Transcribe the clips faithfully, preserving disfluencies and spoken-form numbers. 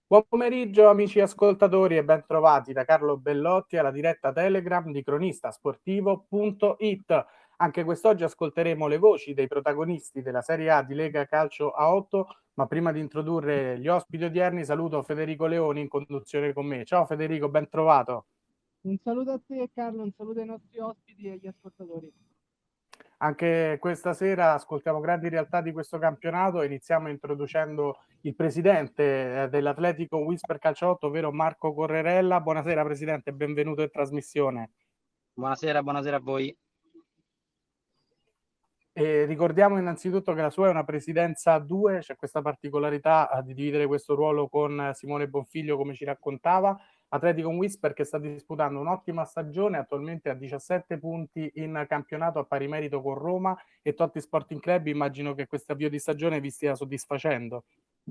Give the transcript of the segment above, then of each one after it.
Buon pomeriggio amici ascoltatori e ben trovati da Carlo Bellotti alla diretta Telegram di cronistasportivo punto it. Anche quest'oggi ascolteremo le voci dei protagonisti della Serie A di Lega Calcio A otto, ma prima di introdurre gli ospiti odierni saluto Federico Leoni in conduzione con me. Ciao Federico, ben trovato. Un saluto a te Carlo, un saluto ai nostri ospiti e agli ascoltatori. Anche questa sera ascoltiamo grandi realtà di questo campionato e iniziamo introducendo il presidente eh, dell'Atletico Whisper Calcio otto, ovvero Marco Correrella. Buonasera presidente, benvenuto in trasmissione. Buonasera, buonasera a voi. E ricordiamo innanzitutto che la sua è una presidenza a due, c'è questa particolarità eh, di dividere questo ruolo con Simone Bonfiglio, come ci raccontava. Atletico Whisper che sta disputando un'ottima stagione, attualmente a diciassette punti in campionato a pari merito con Roma, e Totti Sporting Club immagino che questo avvio di stagione vi stia soddisfacendo.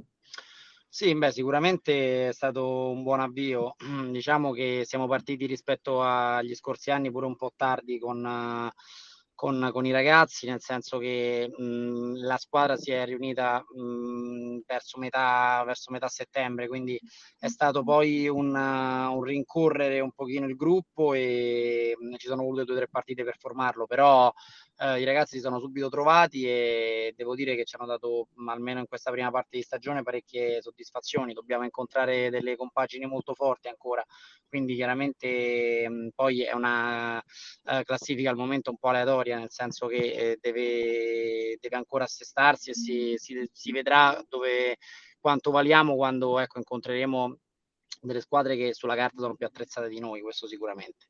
Sì, beh, sicuramente è stato un buon avvio. Diciamo che siamo partiti rispetto agli scorsi anni pure un po' tardi con, con, con i ragazzi, nel senso che mh, la squadra si è riunita mh, verso metà, verso metà settembre, quindi è stato poi un, un rincorrere un pochino il gruppo e mh, ci sono volute due o tre partite per formarlo, però eh, i ragazzi si sono subito trovati e devo dire che ci hanno dato, almeno in questa prima parte di stagione, parecchie soddisfazioni. Dobbiamo incontrare delle compagini molto forti ancora, quindi chiaramente mh, poi è una eh, classifica al momento un po' aleatoria, nel senso che eh, deve, deve ancora assestarsi e si, si, si vedrà dove, quanto valiamo quando ecco, incontreremo delle squadre che sulla carta sono più attrezzate di noi, questo sicuramente.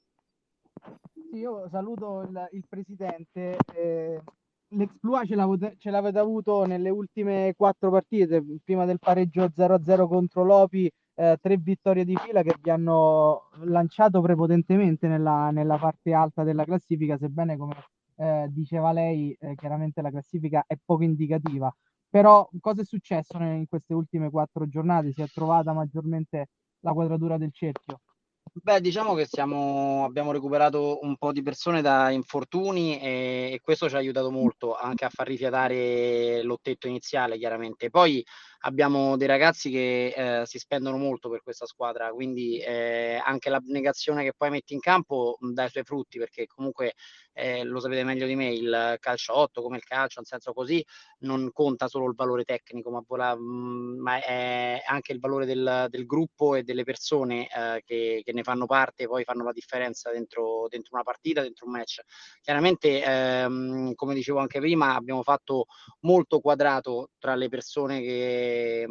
Sì, io saluto il, il presidente. Eh, l'exploit ce l'avete, ce l'avete avuto nelle ultime quattro partite, prima del pareggio zero a zero contro l'Opi, eh, tre vittorie di fila che vi hanno lanciato prepotentemente nella, nella parte alta della classifica, sebbene come eh, diceva lei, eh, chiaramente la classifica è poco indicativa. Però cosa è successo in queste ultime quattro giornate? Si è trovata maggiormente la quadratura del cerchio? Beh, diciamo che siamo, abbiamo recuperato un po' di persone da infortuni e, e questo ci ha aiutato molto anche a far rifiatare l'ottetto iniziale, chiaramente. Poi abbiamo dei ragazzi che eh, si spendono molto per questa squadra, quindi eh, anche l'abnegazione che poi metti in campo mh, dà i suoi frutti, perché comunque eh, lo sapete meglio di me, il calcio otto come il calcio, in senso così, non conta solo il valore tecnico, ma, vola, mh, ma è anche il valore del, del gruppo e delle persone eh, che, che ne fanno parte, poi fanno la differenza dentro, dentro una partita, dentro un match. Chiaramente, ehm, come dicevo anche prima, abbiamo fatto molto quadrato tra le persone che,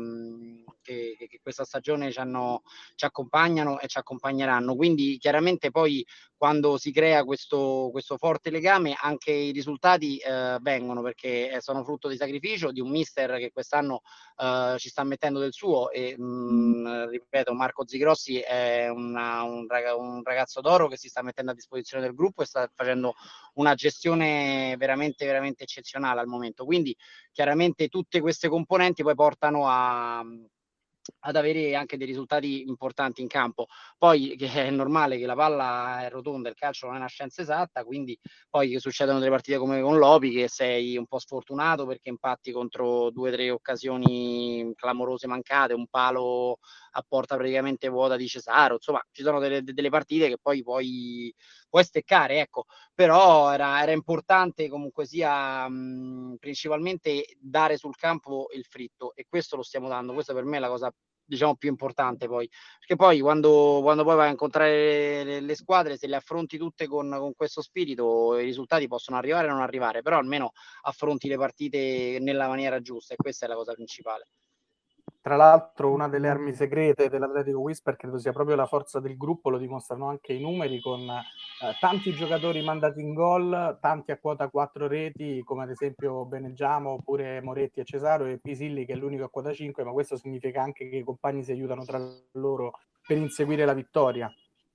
che, che questa stagione ci, hanno, ci accompagnano e ci accompagneranno. Quindi chiaramente poi quando si crea questo, questo forte legame anche i risultati eh, vengono, perché sono frutto di sacrificio di un mister che quest'anno eh, ci sta mettendo del suo e mh, ripeto, Marco Zigrossi è una, un, un ragazzo d'oro che si sta mettendo a disposizione del gruppo e sta facendo una gestione veramente veramente eccezionale al momento. Quindi chiaramente tutte queste componenti poi portano a ad avere anche dei risultati importanti in campo. Poi che è normale che la palla è rotonda, il calcio non è una scienza esatta, quindi poi che succedono delle partite come con l'Opi, che sei un po' sfortunato perché impatti contro due o tre occasioni clamorose mancate, un palo a porta praticamente vuota di Cesaro, insomma ci sono delle, delle partite che poi puoi, puoi steccare, ecco, però era, era importante comunque sia mh, principalmente dare sul campo il fritto e questo lo stiamo dando, questa per me è la cosa diciamo più importante poi, perché poi quando, quando poi vai a incontrare le, le squadre, se le affronti tutte con, con questo spirito, i risultati possono arrivare o non arrivare, però almeno affronti le partite nella maniera giusta e questa è la cosa principale. Tra l'altro una delle armi segrete dell'Atletico Whisper credo sia proprio la forza del gruppo, lo dimostrano anche i numeri con eh, tanti giocatori mandati in gol, tanti a quota quattro reti come ad esempio Beneggiamo oppure Moretti e Cesaro e Pisilli che è l'unico a quota cinque, ma questo significa anche che i compagni si aiutano tra loro per inseguire la vittoria.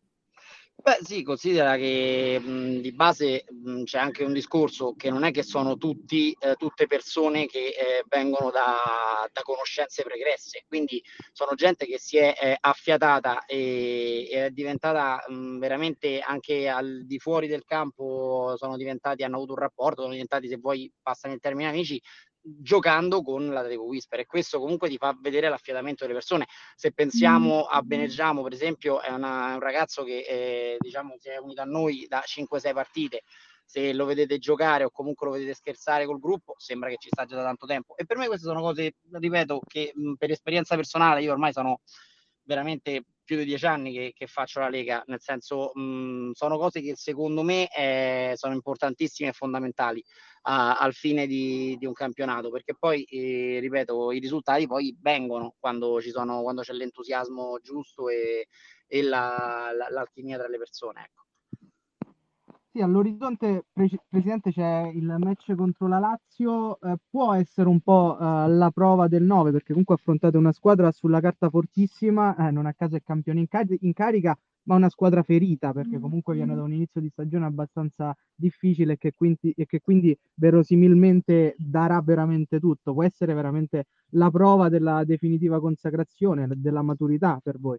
Beh, sì, considera che mh, di base mh, c'è anche un discorso che non è che sono tutti, eh, tutte persone che eh, vengono da, da conoscenze pregresse, quindi sono gente che si è eh, affiatata e, e è diventata mh, veramente anche al di fuori del campo, sono diventati, hanno avuto un rapporto, sono diventati, se vuoi, passano il termine amici, giocando con l'Atletico Whisper, e questo comunque ti fa vedere l'affiatamento delle persone. Se pensiamo a Beneggiamo, per esempio, è, una, è un ragazzo che eh, diciamo si è unito a noi da cinque sei partite. Se lo vedete giocare o comunque lo vedete scherzare col gruppo, sembra che ci sta già da tanto tempo. E per me queste sono cose, ripeto, che mh, per esperienza personale, io ormai sono veramente più di dieci anni che, che faccio la Lega, nel senso mh, sono cose che secondo me eh, sono importantissime e fondamentali a, al fine di, di un campionato, perché poi eh, ripeto, i risultati poi vengono quando ci sono, quando c'è l'entusiasmo giusto e, e la, la, l'alchimia tra le persone, ecco. Sì, all'orizzonte, pre- Presidente, c'è il match contro la Lazio, eh, può essere un po' eh, la prova del nove, perché comunque affrontate una squadra sulla carta fortissima, eh, non a caso è campione in, cari- in carica, ma una squadra ferita, perché comunque viene da un inizio di stagione abbastanza difficile e che quindi, e che quindi verosimilmente darà veramente tutto. Può essere veramente la prova della definitiva consacrazione, della maturità per voi.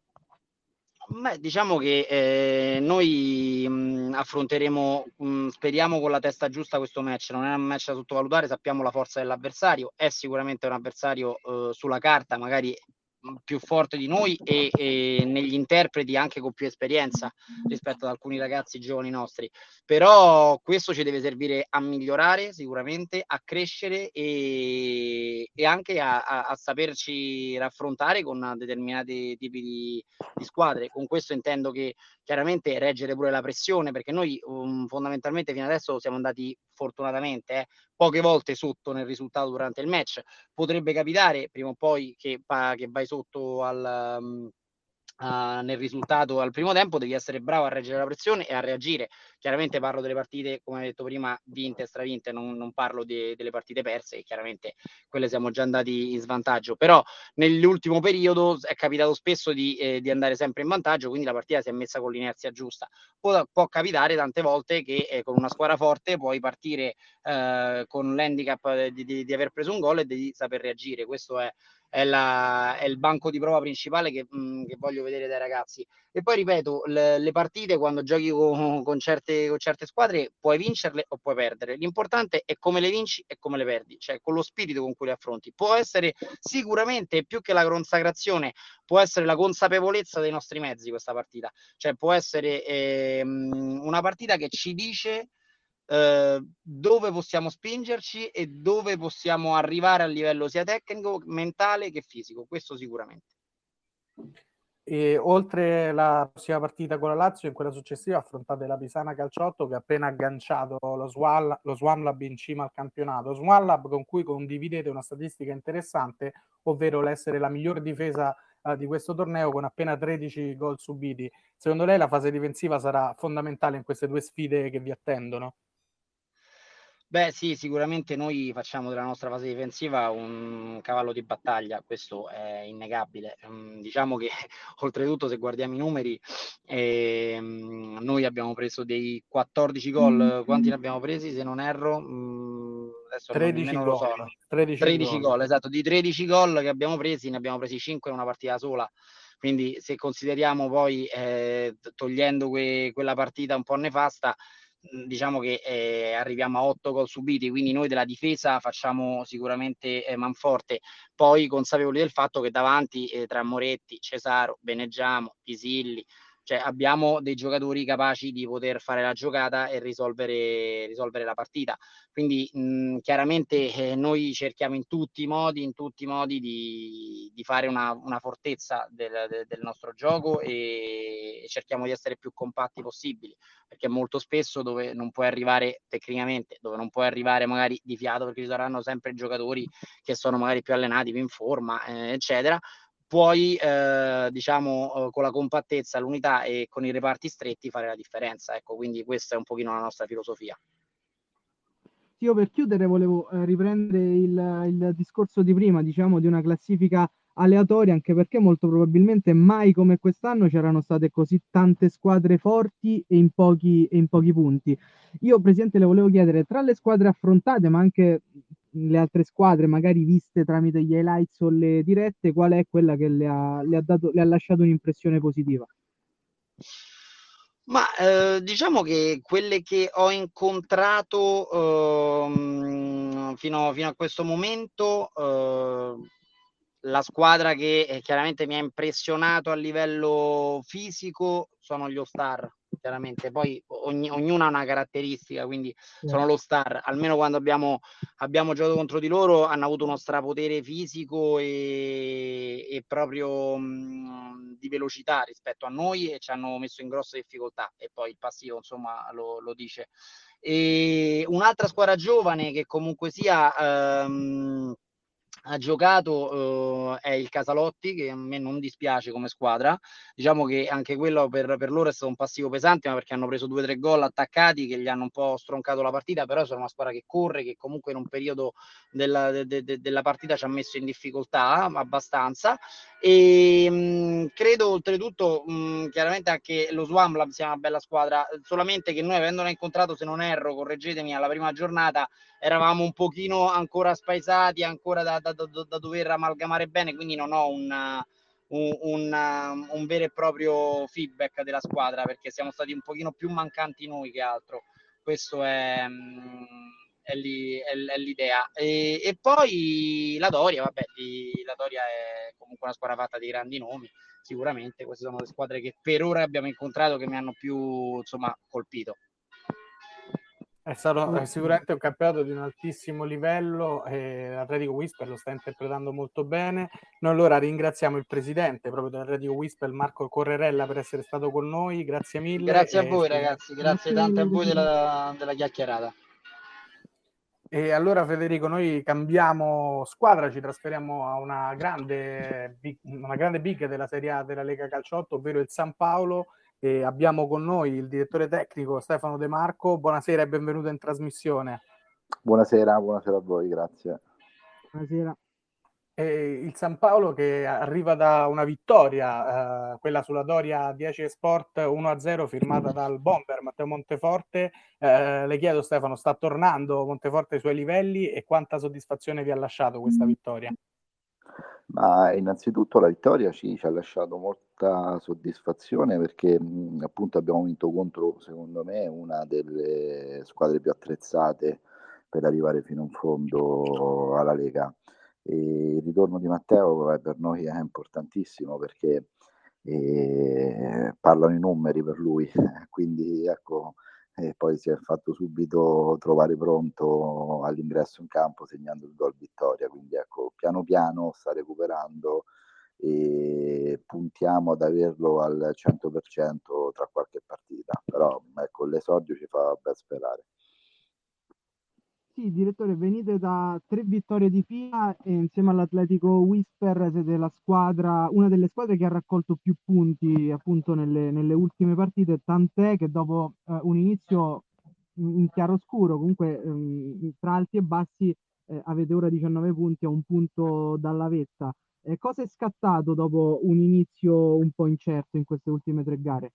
Beh, diciamo che eh, noi mh, affronteremo, mh, speriamo con la testa giusta questo match. Non è un match da sottovalutare, sappiamo la forza dell'avversario, è sicuramente un avversario eh, sulla carta magari mh, più forte di noi e, e negli interpreti anche con più esperienza rispetto ad alcuni ragazzi giovani nostri. Però questo ci deve servire a migliorare sicuramente, a crescere e, e anche a, a, a saperci raffrontare con determinati tipi di di squadre. Con questo intendo che chiaramente reggere pure la pressione, perché noi um, fondamentalmente fino adesso siamo andati fortunatamente eh, poche volte sotto nel risultato durante il match. Potrebbe capitare prima o poi che, che vai sotto al, um, Uh, nel risultato al primo tempo, devi essere bravo a reggere la pressione e a reagire. Chiaramente parlo delle partite, come hai detto prima, vinte e stravinte, non, non parlo de, delle partite perse, che chiaramente quelle siamo già andati in svantaggio, però nell'ultimo periodo è capitato spesso di, eh, di andare sempre in vantaggio, quindi la partita si è messa con l'inerzia giusta. Può, può capitare tante volte che eh, con una squadra forte puoi partire eh, con l'handicap di, di, di aver preso un gol e di saper reagire. Questo è È, la, è il banco di prova principale che, mh, che voglio vedere dai ragazzi. E poi ripeto, le, le partite quando giochi con, con, certe, con certe squadre puoi vincerle o puoi perdere. L'importante è come le vinci e come le perdi, cioè con lo spirito con cui le affronti. Può essere sicuramente più che la consacrazione, può essere la consapevolezza dei nostri mezzi questa partita. Cioè può essere ehm, una partita che ci dice Uh, dove possiamo spingerci e dove possiamo arrivare a livello sia tecnico, mentale che fisico, questo sicuramente. E oltre la prossima partita con la Lazio, in quella successiva affrontate la Pisana Calciotto, che ha appena agganciato lo, Swal- lo Swanlab in cima al campionato. Swanlab con cui condividete una statistica interessante, ovvero l'essere la miglior difesa uh, di questo torneo con appena tredici gol subiti. Secondo lei la fase difensiva sarà fondamentale in queste due sfide che vi attendono? Beh sì, sicuramente noi facciamo della nostra fase difensiva un cavallo di battaglia, questo è innegabile. Um, diciamo che oltretutto se guardiamo i numeri, ehm, noi abbiamo preso dei quattordici gol, quanti ne abbiamo presi se non erro? Mm, adesso non, tredici nemmeno lo so. gol. tredici, tredici gol. gol, esatto, di tredici gol che abbiamo presi ne abbiamo presi cinque in una partita sola. Quindi se consideriamo poi, eh, togliendo que- quella partita un po' nefasta, diciamo che eh, arriviamo a otto gol subiti, quindi noi della difesa facciamo sicuramente eh, manforte, poi consapevoli del fatto che davanti eh, tra Moretti, Cesaro, Beneggiamo, Pisilli, cioè abbiamo dei giocatori capaci di poter fare la giocata e risolvere, risolvere la partita. Quindi mh, chiaramente eh, noi cerchiamo in tutti i modi, in tutti i modi di, di fare una, una fortezza del, del, del nostro gioco e, e cerchiamo di essere più compatti possibili, perché molto spesso dove non puoi arrivare tecnicamente, dove non puoi arrivare magari di fiato, perché ci saranno sempre giocatori che sono magari più allenati, più in forma, eh, eccetera, puoi eh, diciamo con la compattezza, l'unità e con i reparti stretti fare la differenza. Ecco, quindi questa è un pochino la nostra filosofia. Io per chiudere volevo eh, riprendere il, il discorso di prima, diciamo, di una classifica aleatoria, anche perché molto probabilmente mai come quest'anno c'erano state così tante squadre forti e in pochi, e in pochi punti. Io, Presidente, le volevo chiedere, tra le squadre affrontate, ma anche le altre squadre, magari viste tramite gli highlights o le dirette, qual è quella che le ha, le ha, dato, le ha lasciato un'impressione positiva? Ma eh, diciamo che quelle che ho incontrato ehm, mh, fino, fino a questo momento eh, la squadra che eh, chiaramente mi ha impressionato a livello fisico sono gli All-Star, chiaramente. Poi ogni, ognuna ha una caratteristica, quindi sono lo Star. Almeno quando abbiamo, abbiamo giocato contro di loro hanno avuto uno strapotere fisico e, e proprio mh, di velocità rispetto a noi e ci hanno messo in grosse difficoltà. E poi il passivo, insomma, lo, lo dice. E un'altra squadra giovane che comunque sia ehm, ha giocato eh, è il Casalotti, che a me non dispiace come squadra. Diciamo che anche quello per, per loro è stato un passivo pesante, ma perché hanno preso due o tre gol attaccati che gli hanno un po' stroncato la partita, però sono una squadra che corre, che comunque in un periodo della, de, de, della partita ci ha messo in difficoltà abbastanza. E mh, credo oltretutto mh, chiaramente anche lo Swam Lab sia una bella squadra, solamente che noi avendola incontrato, se non erro, correggetemi, alla prima giornata eravamo un pochino ancora spaesati, ancora da, da, da, da dover amalgamare bene, quindi non ho un, un, un, un vero e proprio feedback della squadra, perché siamo stati un pochino più mancanti noi che altro. Questo è, è, lì, è, è l'idea. E, e poi la Doria, vabbè, di, la Doria è comunque una squadra fatta di grandi nomi, sicuramente. Queste sono le squadre che per ora abbiamo incontrato che mi hanno più, insomma, colpito. È stato è sicuramente un campionato di un altissimo livello e l'Atletico Whisper lo sta interpretando molto bene. Noi allora ringraziamo il presidente proprio dell'Atletico Whisper, Marco Correrella, per essere stato con noi. Grazie mille. Grazie a e voi se... ragazzi, grazie tante a voi della, della chiacchierata. E allora Federico, noi cambiamo squadra, ci trasferiamo a una grande big, una grande big della Serie A della Lega Calciotto, ovvero il San Paolo. E abbiamo con noi il direttore tecnico Stefano De Marco. Buonasera e benvenuto in trasmissione. Buonasera, buonasera a voi, grazie. Buonasera. E il San Paolo che arriva da una vittoria, eh, quella sulla Doria dieci Sport uno a zero, firmata dal bomber Matteo Monteforte. Eh, le chiedo, Stefano, sta tornando Monteforte ai suoi livelli e quanta soddisfazione vi ha lasciato questa vittoria? Ma innanzitutto la vittoria ci, ci ha lasciato molta soddisfazione perché mh, appunto abbiamo vinto contro, secondo me, una delle squadre più attrezzate per arrivare fino in fondo alla Lega. E il ritorno di Matteo eh, per noi è importantissimo perché eh, parlano i numeri per lui, quindi ecco, e poi si è fatto subito trovare pronto all'ingresso in campo segnando il gol vittoria, quindi ecco, piano piano sta recuperando e puntiamo ad averlo al cento per cento tra qualche partita, però ecco, l'esordio ci fa ben sperare. Sì, direttore, venite da tre vittorie di fila e insieme all'Atletico Whisper siete la squadra, una delle squadre che ha raccolto più punti appunto nelle, nelle ultime partite, tant'è che dopo eh, un inizio in, in chiaroscuro, comunque ehm, tra alti e bassi, eh, avete ora diciannove punti a un punto dalla vetta. Eh, cosa è scattato dopo un inizio un po' incerto in queste ultime tre gare?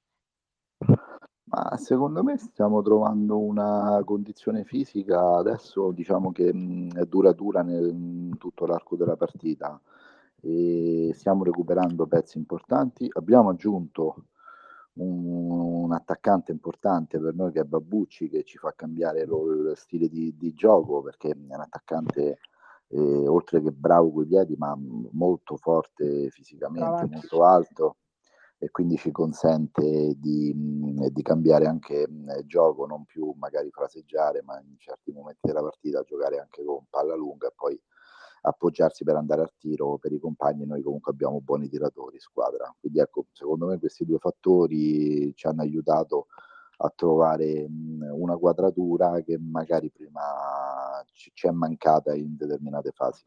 Ma secondo me stiamo trovando una condizione fisica adesso, diciamo che mh, è duratura nel in tutto l'arco della partita e stiamo recuperando pezzi importanti. Abbiamo aggiunto un, un attaccante importante per noi che è Babucci, che ci fa cambiare lo, il stile di, di gioco perché è un attaccante eh, oltre che bravo coi piedi, ma molto forte fisicamente, Brava. molto alto e quindi ci consente di, mh, di cambiare anche mh, gioco, non più magari fraseggiare, ma in certi momenti della partita giocare anche con palla lunga e poi appoggiarsi per andare al tiro per i compagni. Noi comunque abbiamo buoni tiratori squadra, quindi ecco, secondo me questi due fattori ci hanno aiutato a trovare mh, una quadratura che magari prima ci, ci è mancata in determinate fasi.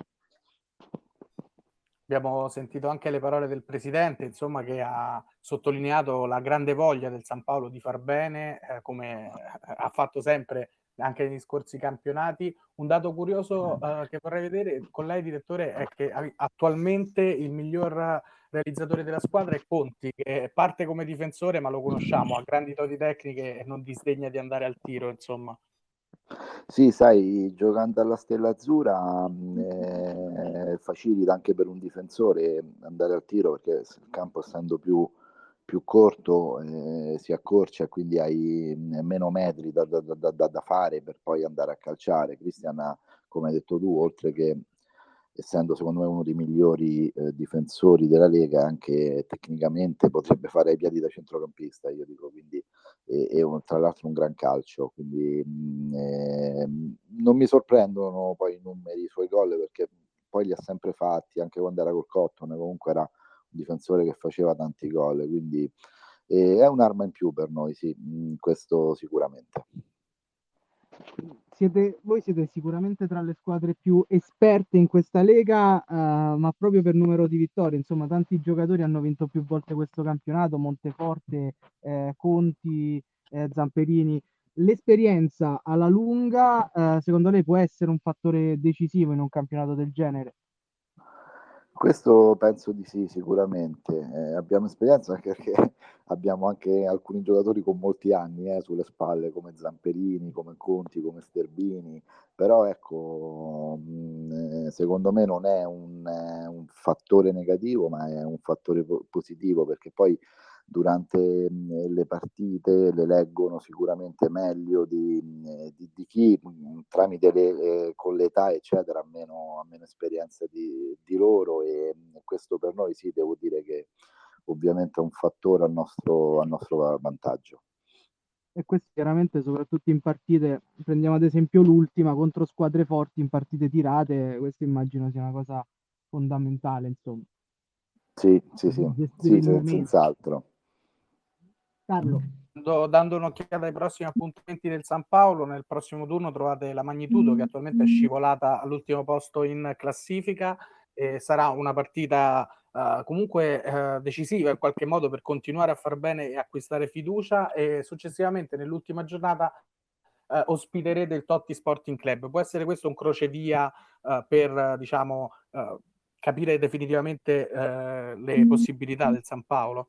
Abbiamo sentito anche le parole del presidente, insomma, che ha sottolineato la grande voglia del San Paolo di far bene, eh, come ha fatto sempre anche negli scorsi campionati. Un dato curioso eh, che vorrei vedere con lei, direttore, è che attualmente il miglior realizzatore della squadra è Conti, che parte come difensore, ma lo conosciamo, ha grandi doti tecniche e non disdegna di andare al tiro, insomma. Sì, sai, giocando alla Stella Azzurra mh, eh, facilita anche per un difensore andare al tiro perché il campo essendo più, più corto eh, si accorcia e quindi hai meno metri da, da, da, da, da fare per poi andare a calciare. Cristian come hai detto tu, oltre che essendo secondo me uno dei migliori eh, difensori della Lega, anche tecnicamente potrebbe fare i piedi da centrocampista, io dico, quindi e, e un, tra l'altro un gran calcio, quindi mh, eh, non mi sorprendono poi i numeri, i suoi gol, perché poi li ha sempre fatti, anche quando era col Cotton, comunque era un difensore che faceva tanti gol, quindi eh, è un'arma in più per noi, sì, mh, questo sicuramente. Siete, voi siete sicuramente tra le squadre più esperte in questa lega, eh, ma proprio per numero di vittorie. Insomma, tanti giocatori hanno vinto più volte questo campionato, Monteforte, eh, Conti, eh, Zamperini. L'esperienza alla lunga, eh, secondo lei, può essere un fattore decisivo in un campionato del genere? Questo penso di sì, sicuramente. Eh, abbiamo esperienza anche perché abbiamo anche alcuni giocatori con molti anni eh, sulle spalle, come Zamperini, come Conti, come Sterbini, però ecco, mh, secondo me non è un, eh, un fattore negativo, ma è un fattore po- positivo, perché poi durante mh, le partite le leggono sicuramente meglio di, mh, di, di chi mh, tramite le, eh, con l'età eccetera ha meno, ha meno esperienza di, di loro, e mh, questo per noi sì, devo dire che ovviamente è un fattore al nostro, al nostro vantaggio. E questo chiaramente soprattutto in partite, prendiamo ad esempio l'ultima contro squadre forti in partite tirate, questo immagino sia una cosa fondamentale, insomma, Sì, sì, sì, gestire sì, il sen- momento. senz'altro. Carlo, Dando, dando un'occhiata ai prossimi appuntamenti del San Paolo, nel prossimo turno trovate la Magnitudo, che attualmente è scivolata all'ultimo posto in classifica, e sarà una partita uh, comunque uh, decisiva in qualche modo per continuare a far bene e acquistare fiducia, e successivamente nell'ultima giornata uh, ospiterete il Totti Sporting Club. Può essere questo un crocevia uh, per diciamo uh, capire definitivamente uh, le possibilità del San Paolo?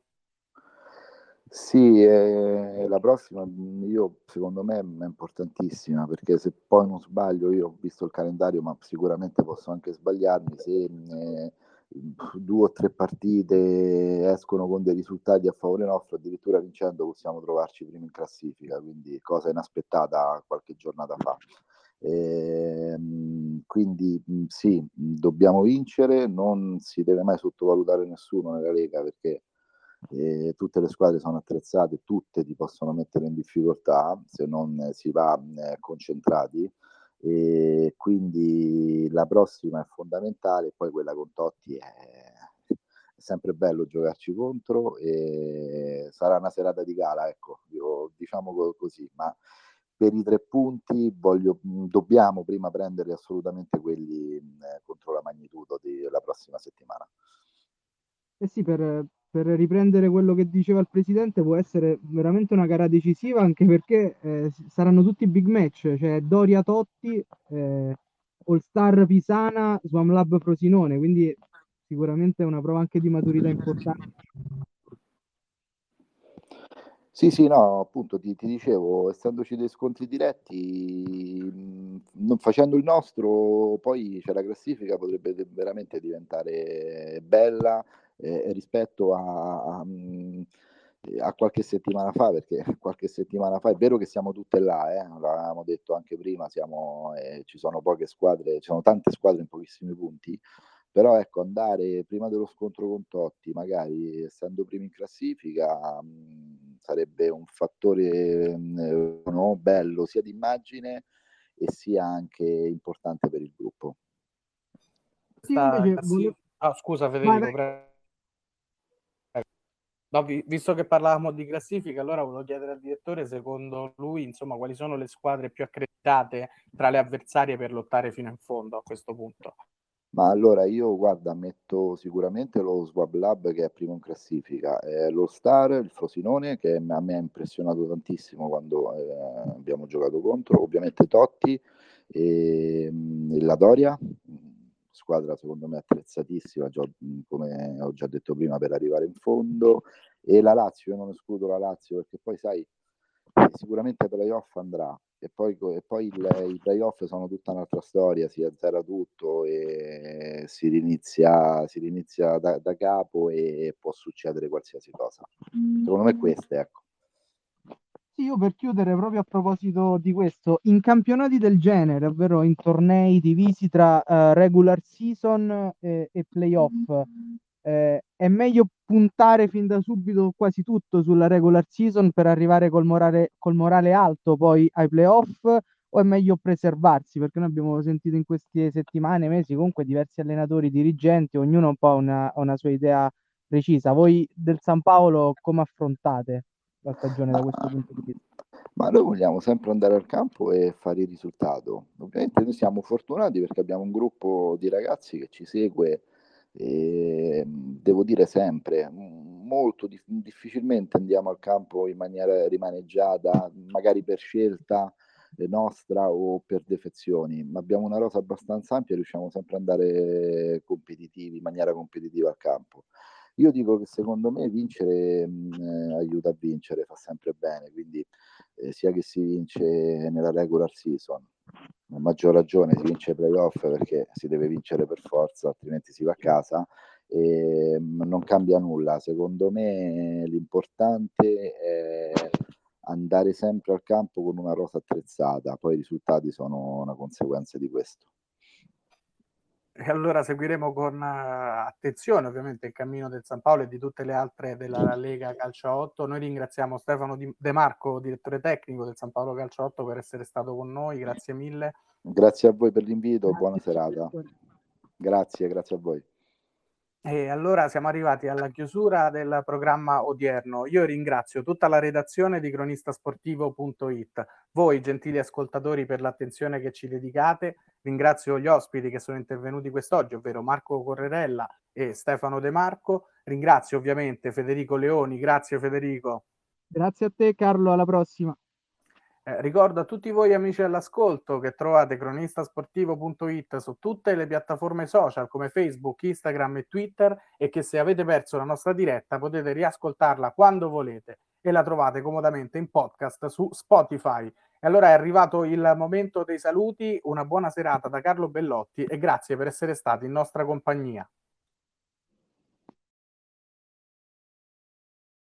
Sì, eh, la prossima io secondo me è importantissima, perché se poi non sbaglio, io ho visto il calendario, ma sicuramente posso anche sbagliarmi, se eh, due o tre partite escono con dei risultati a favore nostro, addirittura vincendo possiamo trovarci primi in classifica, quindi cosa inaspettata qualche giornata fa. Eh, quindi sì, dobbiamo vincere, non si deve mai sottovalutare nessuno nella Lega, perché e tutte le squadre sono attrezzate, tutte ti possono mettere in difficoltà se non si va eh, concentrati, e quindi la prossima è fondamentale, poi quella con Totti è, è sempre bello giocarci contro, e sarà una serata di gara, ecco, io, diciamo così, ma per i tre punti voglio, dobbiamo prima prendere assolutamente quelli eh, contro la Magnitudo della prossima settimana. eh sì, per, per riprendere quello che diceva il presidente, può essere veramente una gara decisiva, anche perché eh, saranno tutti big match, cioè Doria Totti, eh, All Star Pisana, Swam Lab Frosinone, quindi sicuramente è una prova anche di maturità importante. Sì, sì, no, appunto ti, ti dicevo, essendoci dei scontri diretti, mh, non facendo il nostro, poi c'è la classifica, potrebbe de- veramente diventare bella eh, rispetto a, a, mh, a qualche settimana fa, perché qualche settimana fa è vero che siamo tutte là, eh, l'avevamo detto anche prima, siamo, eh, ci sono poche squadre, ci sono tante squadre in pochissimi punti, però ecco, andare prima dello scontro con Totti, magari essendo primi in classifica, mh, sarebbe un fattore mh, no, bello sia di immagine e sia anche importante per il gruppo. Sì, Sta invece volevo... classi- ah, scusa Vai, Federico, vai. prego. No, vi- visto che parlavamo di classifica, allora volevo chiedere al direttore, secondo lui, insomma, quali sono le squadre più accreditate tra le avversarie per lottare fino in fondo a questo punto? Ma allora io, guarda, metto sicuramente lo Swab Lab che è primo in classifica, eh, lo Star, il Frosinone che a me ha impressionato tantissimo quando eh, abbiamo giocato contro, ovviamente Totti, e, mh, la Doria, mh, squadra secondo me attrezzatissima, già, mh, come ho già detto prima, per arrivare in fondo, e la Lazio, io non escludo la Lazio perché poi sai, sicuramente playoff andrà, e poi, e poi il, i playoff sono tutta un'altra storia, si azzera tutto e si rinizia, si rinizia da, da capo, e può succedere qualsiasi cosa. Secondo me queste, ecco. Sì, io per chiudere proprio a proposito di questo, in campionati del genere, ovvero in tornei divisi tra eh, regular season e, e playoff, eh, è meglio puntare fin da subito quasi tutto sulla regular season per arrivare col morale, col morale alto poi ai playoff, o è meglio preservarsi? Perché noi abbiamo sentito in queste settimane, mesi, comunque diversi allenatori, dirigenti, ognuno un po' ha una, ha una sua idea precisa. Voi del San Paolo come affrontate la stagione da Ma, questo punto di vista? ma noi vogliamo sempre andare al campo e fare il risultato. Ovviamente noi siamo fortunati perché abbiamo un gruppo di ragazzi che ci segue, e, devo dire sempre, molto dif- difficilmente andiamo al campo in maniera rimaneggiata, magari per scelta eh, nostra o per defezioni, ma abbiamo una rosa abbastanza ampia e riusciamo sempre ad andare competitivi, in maniera competitiva al campo. Io dico che secondo me vincere mh, eh, aiuta a vincere, fa sempre bene, quindi eh, sia che si vince nella regular season, a maggior ragione si vince ai playoff perché si deve vincere per forza, altrimenti si va a casa, e mh, non cambia nulla. Secondo me l'importante è andare sempre al campo con una rosa attrezzata, poi i risultati sono una conseguenza di questo. E allora seguiremo con uh, attenzione ovviamente il cammino del San Paolo e di tutte le altre della Lega Calcio a otto. Noi ringraziamo Stefano De Marco, direttore tecnico del San Paolo Calcio a otto, per essere stato con noi, grazie mille. Grazie a voi per l'invito, Grazie, buona serata. Grazie, grazie a voi. E allora siamo arrivati alla chiusura del programma odierno. Io ringrazio tutta la redazione di cronistasportivo punto it, voi gentili ascoltatori per l'attenzione che ci dedicate, ringrazio gli ospiti che sono intervenuti quest'oggi, ovvero Marco Correrella e Stefano De Marco, ringrazio ovviamente Federico Leoni, grazie Federico. Grazie a te Carlo, alla prossima. Eh, ricordo a tutti voi amici all'ascolto che trovate cronistasportivo punto it su tutte le piattaforme social come Facebook, Instagram e Twitter, e che se avete perso la nostra diretta potete riascoltarla quando volete e la trovate comodamente in podcast su Spotify. E allora è arrivato il momento dei saluti, una buona serata da Carlo Bellotti e grazie per essere stati in nostra compagnia.